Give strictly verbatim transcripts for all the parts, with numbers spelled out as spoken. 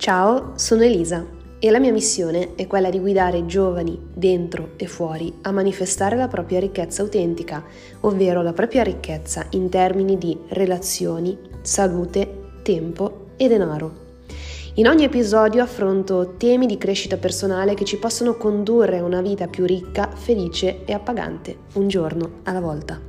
Ciao, sono Elisa e la mia missione è quella di guidare i giovani dentro e fuori a manifestare la propria ricchezza autentica, ovvero la propria ricchezza in termini di relazioni, salute, tempo e denaro. In ogni episodio affronto temi di crescita personale che ci possono condurre a una vita più ricca, felice e appagante, un giorno alla volta.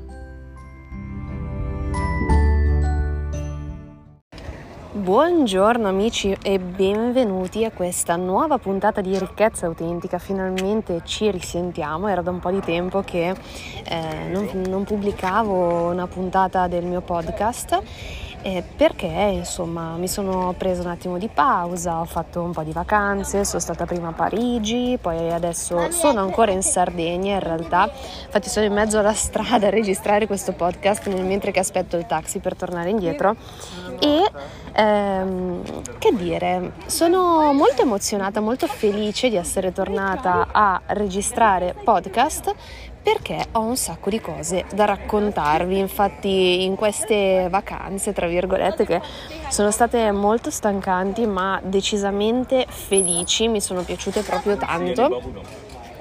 Buongiorno amici e benvenuti a questa nuova puntata di Ricchezza Autentica. Finalmente ci risentiamo, era da un po' di tempo che eh, non, non pubblicavo una puntata del mio podcast eh, perché insomma mi sono presa un attimo di pausa, ho fatto un po' di vacanze, sono stata prima a Parigi, poi adesso sono ancora in Sardegna in realtà, infatti sono in mezzo alla strada a registrare questo podcast mentre che aspetto il taxi per tornare indietro e Ehm, che dire, sono molto emozionata, molto felice di essere tornata a registrare podcast perché ho un sacco di cose da raccontarvi. Infatti in queste vacanze, tra virgolette, che sono state molto stancanti ma decisamente felici, mi sono piaciute proprio tanto.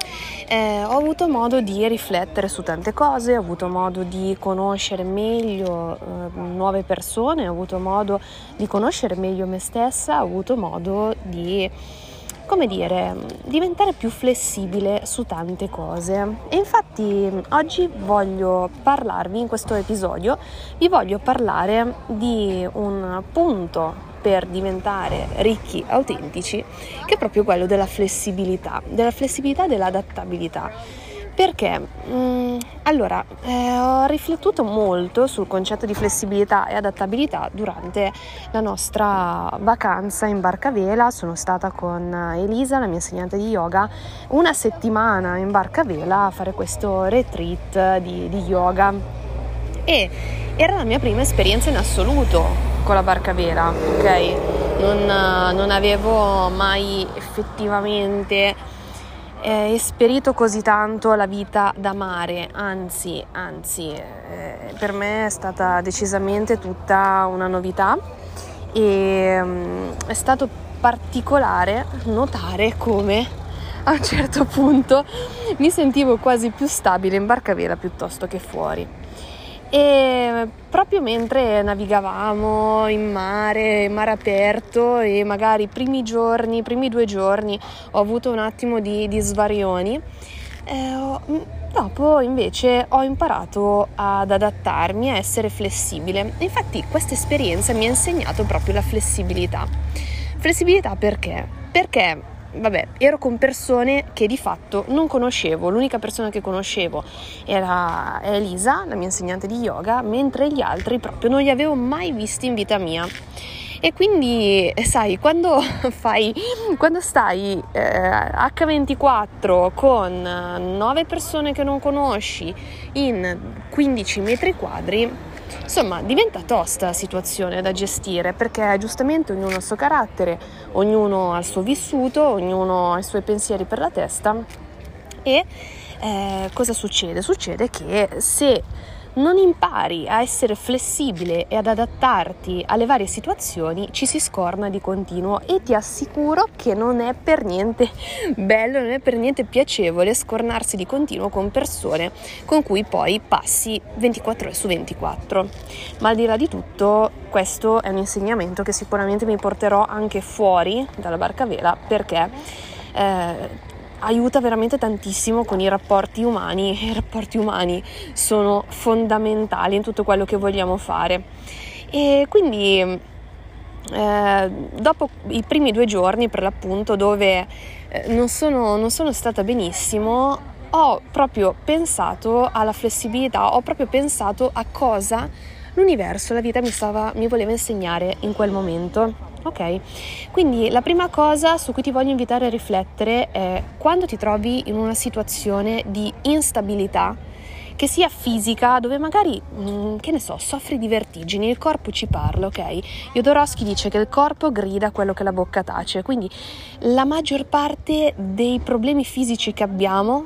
Eh, ho avuto modo di riflettere su tante cose, ho avuto modo di conoscere meglio eh, nuove persone, ho avuto modo di conoscere meglio me stessa, ho avuto modo di, come dire, diventare più flessibile su tante cose. E infatti oggi voglio parlarvi, in questo episodio, vi voglio parlare di un punto per diventare ricchi, autentici, che è proprio quello della flessibilità, della flessibilità e dell'adattabilità. Perché? Mm, allora, eh, ho riflettuto molto sul concetto di flessibilità e adattabilità durante la nostra vacanza in barca a vela. Sono stata con Elisa, la mia insegnante di yoga, una settimana in barca a vela a fare questo retreat di, di yoga e era la mia prima esperienza in assoluto con la barca a vela, ok? Non, non avevo mai effettivamente eh, esperito così tanto la vita da mare, anzi, anzi, eh, per me è stata decisamente tutta una novità e um, è stato particolare notare come a un certo punto mi sentivo quasi più stabile in barca a vela piuttosto che fuori. E proprio mentre navigavamo in mare, in mare aperto e magari i primi giorni, i primi due giorni ho avuto un attimo di, di svarioni, eh, ho, dopo invece ho imparato ad adattarmi, a essere flessibile. E infatti questa esperienza mi ha insegnato proprio la flessibilità. Flessibilità perché? Perché Vabbè, ero con persone che di fatto non conoscevo, l'unica persona che conoscevo era Elisa, la mia insegnante di yoga, mentre gli altri proprio non li avevo mai visti in vita mia. E quindi, sai, quando fai, quando stai eh, acca ventiquattro con nove persone che non conosci in quindici metri quadri, insomma, diventa tosta la situazione da gestire perché giustamente ognuno ha il suo carattere, ognuno ha il suo vissuto, ognuno ha i suoi pensieri per la testa e eh, cosa succede? Succede che se non impari a essere flessibile e ad adattarti alle varie situazioni, ci si scorna di continuo e ti assicuro che non è per niente bello, non è per niente piacevole scornarsi di continuo con persone con cui poi passi ventiquattro ore su ventiquattro. Ma al di là di tutto, questo è un insegnamento che sicuramente mi porterò anche fuori dalla barca a vela perché eh, aiuta veramente tantissimo con i rapporti umani. I rapporti umani sono fondamentali in tutto quello che vogliamo fare e quindi eh, dopo i primi due giorni per l'appunto dove eh, non sono, non sono stata benissimo, ho proprio pensato alla flessibilità, ho proprio pensato a cosa l'universo, la vita mi stava, mi voleva insegnare in quel momento. Ok, quindi la prima cosa su cui ti voglio invitare a riflettere è quando ti trovi in una situazione di instabilità, che sia fisica, dove magari, mh, che ne so, soffri di vertigini, il corpo ci parla, ok? Jodorowsky dice che il corpo grida quello che la bocca tace, quindi la maggior parte dei problemi fisici che abbiamo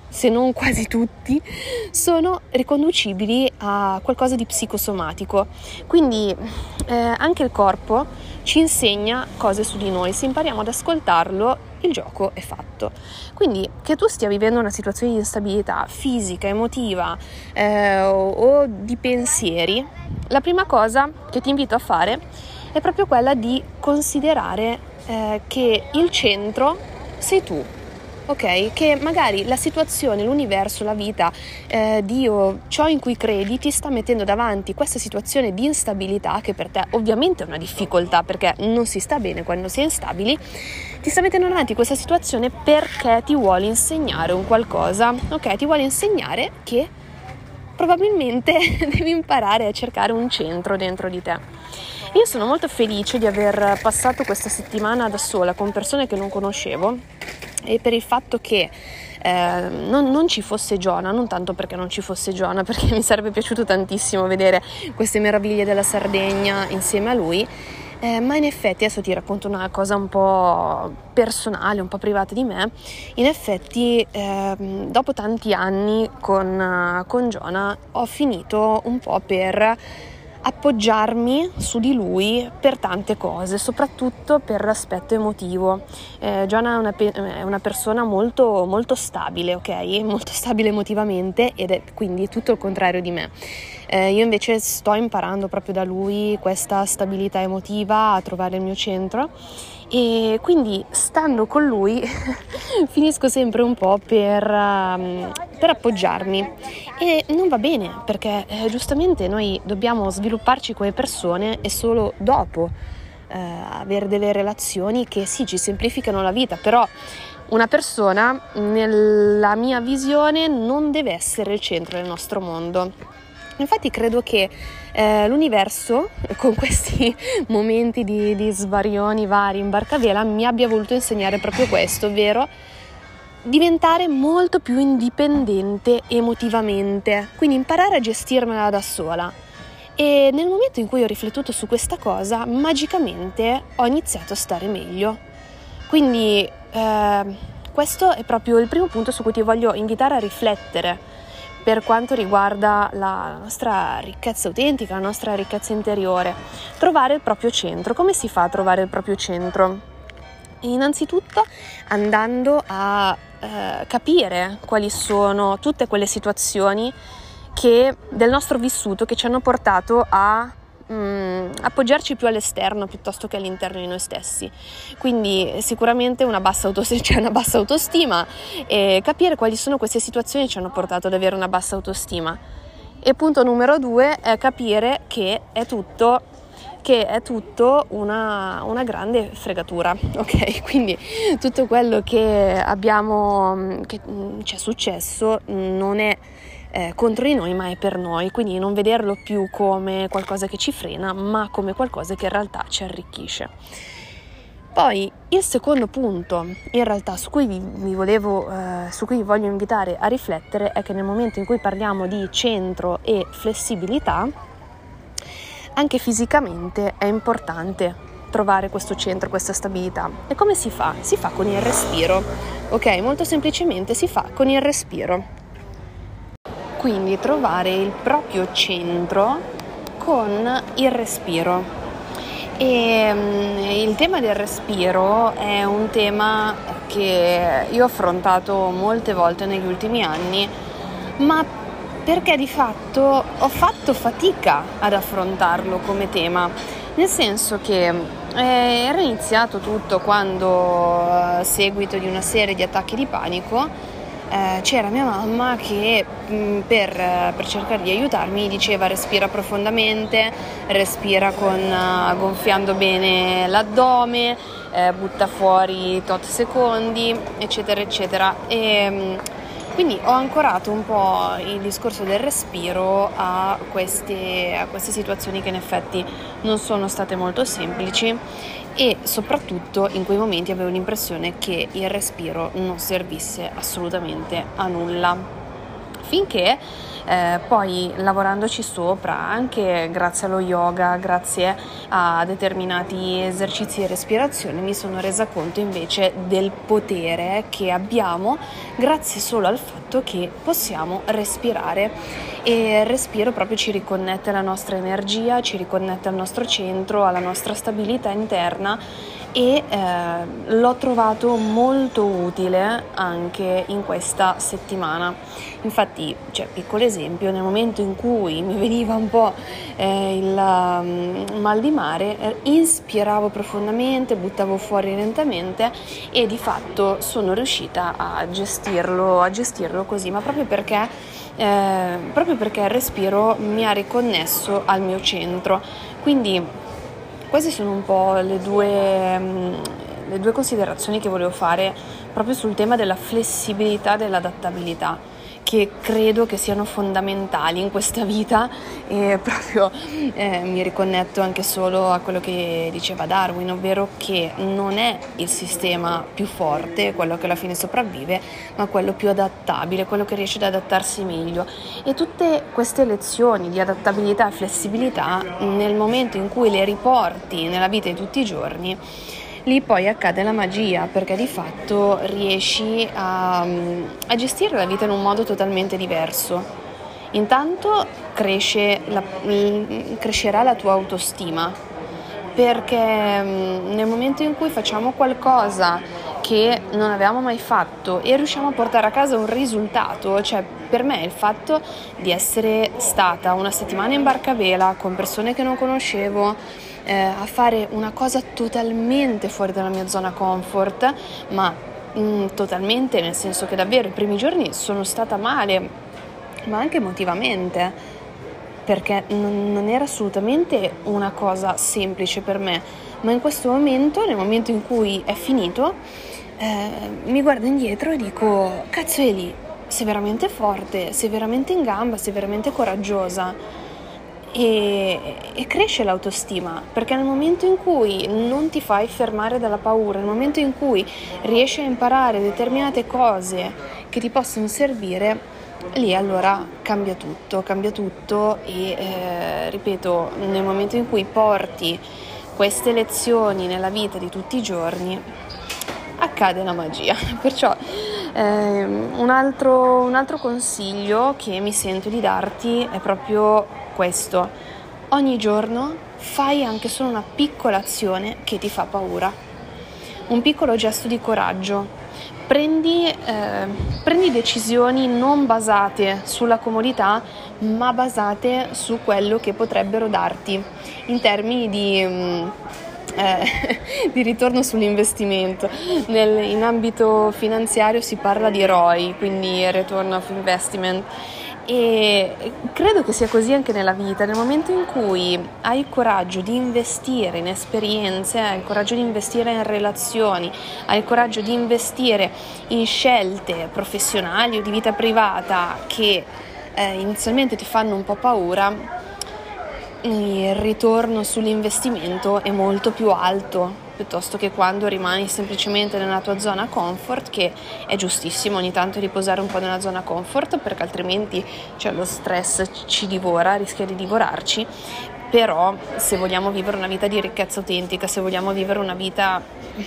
se non quasi tutti, sono riconducibili a qualcosa di psicosomatico. Quindi eh, anche il corpo ci insegna cose su di noi, se impariamo ad ascoltarlo il gioco è fatto. Quindi che tu stia vivendo una situazione di instabilità fisica, emotiva eh, o, o di pensieri, la prima cosa che ti invito a fare è proprio quella di considerare eh, che il centro sei tu. Ok? Che magari la situazione, l'universo, la vita, eh, Dio, ciò in cui credi ti sta mettendo davanti questa situazione di instabilità, che per te ovviamente è una difficoltà perché non si sta bene quando si è instabili, ti sta mettendo davanti questa situazione perché ti vuole insegnare un qualcosa, ok? Ti vuole insegnare che probabilmente devi imparare a cercare un centro dentro di te. Io sono molto felice di aver passato questa settimana da sola con persone che non conoscevo, e per il fatto che eh, non, non ci fosse Giona, non tanto perché non ci fosse Giona, perché mi sarebbe piaciuto tantissimo vedere queste meraviglie della Sardegna insieme a lui, eh, ma in effetti, adesso ti racconto una cosa un po' personale, un po' privata di me. In effetti eh, dopo tanti anni con, con Giona ho finito un po' per appoggiarmi su di lui per tante cose, soprattutto per l'aspetto emotivo. Eh, Giona è una, pe- è una persona molto, molto stabile, ok? Molto stabile emotivamente, ed è quindi tutto il contrario di me. Eh, io invece sto imparando proprio da lui questa stabilità emotiva, a trovare il mio centro, e quindi stando con lui finisco sempre un po' per, um, per appoggiarmi, e non va bene perché eh, giustamente noi dobbiamo svilupparci come persone e solo dopo eh, avere delle relazioni che sì, ci semplificano la vita, però una persona, nella mia visione, non deve essere il centro del nostro mondo. Infatti credo che eh, l'universo, con questi momenti di, di svarioni vari in barcavela, mi abbia voluto insegnare proprio questo, ovvero diventare molto più indipendente emotivamente, quindi imparare a gestirmela da sola. E nel momento in cui ho riflettuto su questa cosa, magicamente ho iniziato a stare meglio. Quindi eh, questo è proprio il primo punto su cui ti voglio invitare a riflettere per quanto riguarda la nostra ricchezza autentica, la nostra ricchezza interiore. Trovare il proprio centro. Come si fa a trovare il proprio centro? Innanzitutto andando a eh, capire quali sono tutte quelle situazioni che, del nostro vissuto, che ci hanno portato a mh, appoggiarci più all'esterno piuttosto che all'interno di noi stessi. Quindi sicuramente una bassa autostima, c'è una bassa autostima, e capire quali sono queste situazioni che ci hanno portato ad avere una bassa autostima. E punto numero due è capire che è tutto che è tutto una, una grande fregatura, ok? Quindi tutto quello che abbiamo, che ci è successo non è eh, contro di noi, ma è per noi, quindi non vederlo più come qualcosa che ci frena, ma come qualcosa che in realtà ci arricchisce. Poi il secondo punto, in realtà, su cui vi, vi volevo, eh, su cui vi voglio invitare a riflettere, è che nel momento in cui parliamo di centro e flessibilità, anche fisicamente è importante trovare questo centro, questa stabilità. E come si fa? Si fa con il respiro, ok? Molto semplicemente si fa con il respiro. Quindi trovare il proprio centro con il respiro. E um, il tema del respiro è un tema che io ho affrontato molte volte negli ultimi anni, ma perché di fatto ho fatto fatica ad affrontarlo come tema, nel senso che eh, era iniziato tutto quando, a seguito di una serie di attacchi di panico, eh, c'era mia mamma che mh, per, per cercare di aiutarmi diceva: respira profondamente, respira con, uh, gonfiando bene l'addome, eh, butta fuori tot secondi, eccetera eccetera. E, mh, Quindi ho ancorato un po' il discorso del respiro a queste, a queste situazioni che in effetti non sono state molto semplici, e soprattutto in quei momenti avevo l'impressione che il respiro non servisse assolutamente a nulla. Finché eh, poi, lavorandoci sopra, anche grazie allo yoga, grazie a determinati esercizi di respirazione, mi sono resa conto invece del potere che abbiamo grazie solo al fatto fatto che possiamo respirare, e il respiro proprio ci riconnette alla nostra energia, ci riconnette al nostro centro, alla nostra stabilità interna, e eh, l'ho trovato molto utile anche in questa settimana. Infatti, cioè, piccolo esempio, nel momento in cui mi veniva un po' eh, il um, mal di mare, eh, inspiravo profondamente, buttavo fuori lentamente, e di fatto sono riuscita a gestirlo, a gestirlo così, ma proprio perché, eh, proprio perché il respiro mi ha riconnesso al mio centro. Quindi queste sono un po' le due, le due considerazioni che volevo fare proprio sul tema della flessibilità e dell'adattabilità, che credo che siano fondamentali in questa vita, e proprio eh, mi riconnetto anche solo a quello che diceva Darwin, ovvero che non è il sistema più forte quello che alla fine sopravvive, ma quello più adattabile, quello che riesce ad adattarsi meglio. E tutte queste lezioni di adattabilità e flessibilità, nel momento in cui le riporti nella vita di tutti i giorni, lì poi accade la magia, perché di fatto riesci a, a gestire la vita in un modo totalmente diverso. Intanto cresce la, crescerà la tua autostima, perché nel momento in cui facciamo qualcosa che non avevamo mai fatto e riusciamo a portare a casa un risultato, cioè per me il fatto di essere stata una settimana in barca a vela con persone che non conoscevo, Eh, a fare una cosa totalmente fuori dalla mia zona comfort, ma mh, totalmente, nel senso che davvero i primi giorni sono stata male, ma anche emotivamente, perché non, non era assolutamente una cosa semplice per me. Ma in questo momento, nel momento in cui è finito, eh, mi guardo indietro e dico: cazzo Eli, sei veramente forte, sei veramente in gamba, sei veramente coraggiosa. E, e cresce l'autostima, perché nel momento in cui non ti fai fermare dalla paura, nel momento in cui riesci a imparare determinate cose che ti possono servire, lì allora cambia tutto, cambia tutto e eh, ripeto, nel momento in cui porti queste lezioni nella vita di tutti i giorni, accade la magia. Perciò eh, un altro, un altro consiglio che mi sento di darti è proprio questo: ogni giorno fai anche solo una piccola azione che ti fa paura, un piccolo gesto di coraggio. Prendi, eh, prendi decisioni non basate sulla comodità, ma basate su quello che potrebbero darti in termini di, mh, eh, di ritorno sull'investimento. Nel, in ambito finanziario si parla di R O I, quindi Return of Investment. E credo che sia così anche nella vita. Nel momento in cui hai il coraggio di investire in esperienze, hai il coraggio di investire in relazioni, hai il coraggio di investire in scelte professionali o di vita privata che eh, inizialmente ti fanno un po' paura, il ritorno sull'investimento è molto più alto, piuttosto che quando rimani semplicemente nella tua zona comfort, che è giustissimo ogni tanto riposare un po' nella zona comfort, perché altrimenti cioè, lo stress ci divora, rischia di divorarci. Però se vogliamo vivere una vita di ricchezza autentica, se vogliamo vivere una vita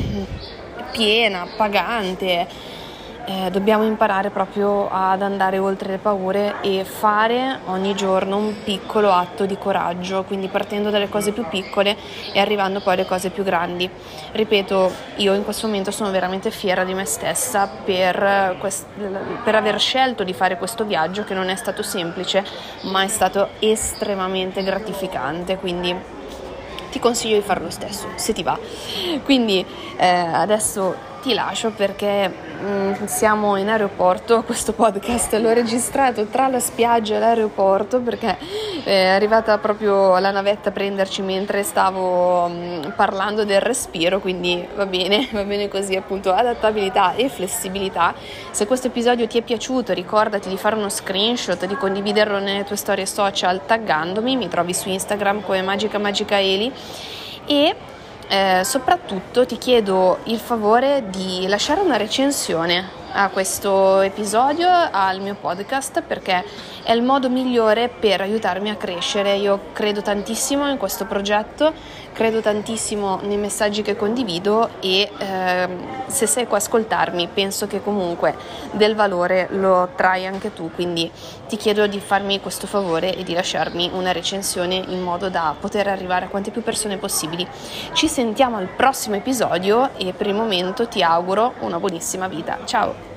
piena, pagante, Eh, dobbiamo imparare proprio ad andare oltre le paure e fare ogni giorno un piccolo atto di coraggio, quindi partendo dalle cose più piccole e arrivando poi alle cose più grandi. Ripeto, io in questo momento sono veramente fiera di me stessa per, quest- per aver scelto di fare questo viaggio, che non è stato semplice, ma è stato estremamente gratificante, quindi ti consiglio di fare lo stesso, se ti va. Quindi eh, adesso ti lascio, perché mh, siamo in aeroporto. Questo podcast l'ho registrato tra la spiaggia e l'aeroporto, perché è arrivata proprio la navetta a prenderci mentre stavo mh, parlando del respiro, quindi va bene, va bene così, appunto, adattabilità e flessibilità. Se questo episodio ti è piaciuto, ricordati di fare uno screenshot, di condividerlo nelle tue storie social taggandomi. Mi trovi su Instagram come Magica Magica Eli, e Eh, soprattutto ti chiedo il favore di lasciare una recensione a questo episodio, al mio podcast, perché è il modo migliore per aiutarmi a crescere. Io credo tantissimo in questo progetto, credo tantissimo nei messaggi che condivido e ehm, se sei qua a ascoltarmi penso che comunque del valore lo trai anche tu, quindi ti chiedo di farmi questo favore e di lasciarmi una recensione in modo da poter arrivare a quante più persone possibili. Ci sentiamo al prossimo episodio e per il momento ti auguro una buonissima vita. Ciao!